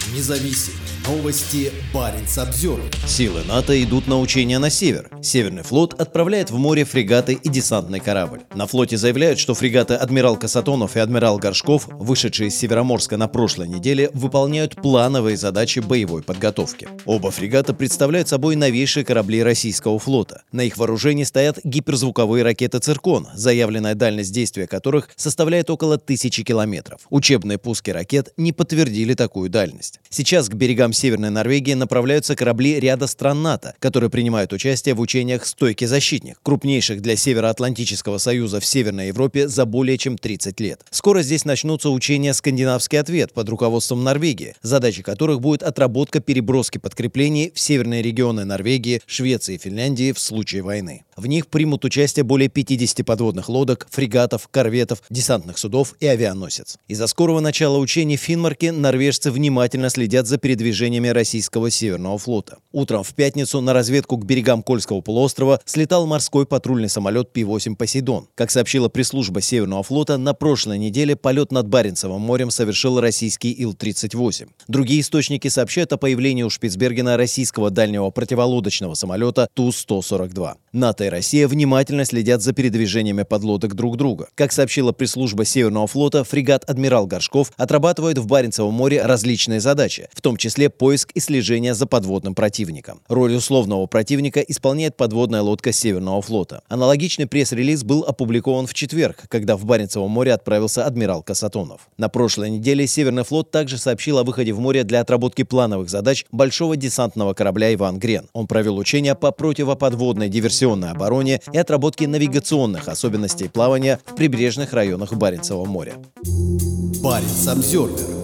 Независимые новости. Баренц-Обзервер. Силы НАТО идут на учения на север. Северный флот отправляет в море фрегаты и десантный корабль. На флоте заявляют, что фрегаты «Адмирал Касатонов» и «Адмирал Горшков», вышедшие из Североморска на прошлой неделе, выполняют плановые задачи боевой подготовки. Оба фрегата представляют собой новейшие корабли российского флота. На их вооружении стоят гиперзвуковые ракеты «Циркон», заявленная дальность действия которых составляет около 1000 километров. Учебные пуски ракет не подтвердили такую дальность. Сейчас к берегам Северной Норвегии направляются корабли ряда стран НАТО, которые принимают участие в учениях «Стойкий защитник», крупнейших для Североатлантического союза в Северной Европе за более чем 30 лет. Скоро здесь начнутся учения «Скандинавский ответ» под руководством Норвегии, задачей которых будет отработка переброски подкреплений в северные регионы Норвегии, Швеции и Финляндии в случае войны. В них примут участие более 50 подводных лодок, фрегатов, корветов, десантных судов и авианосец. Из-за скорого начала учений в Финмарке норвежцы внимательно следят за передвижениями российского Северного флота. Утром в пятницу на разведку к берегам Кольского полуострова слетал морской патрульный самолет Пи-8 «Посейдон». Как сообщила пресс-служба Северного флота, на прошлой неделе полет над Баренцевым морем совершил российский Ил-38. Другие источники сообщают о появлении у Шпицбергена российского дальнего противолодочного самолета Ту-142. НАТО и Россия внимательно следят за передвижениями подлодок друг друга. Как сообщила пресс-служба Северного флота, фрегат «Адмирал Горшков» отрабатывает в Баренцевом море различные задачи, в том числе поиск и слежение за подводным противником. Роль условного противника исполняет подводная лодка Северного флота. Аналогичный пресс-релиз был опубликован в четверг, когда в Баренцевом море отправился адмирал Касатонов. На прошлой неделе Северный флот также сообщил о выходе в море для отработки плановых задач большого десантного корабля «Иван Грен». Он провел учения по противоподводной диверсионной обороне и отработке навигационных особенностей плавания в прибрежных районах Баренцевого моря. Баренц-Обзервер.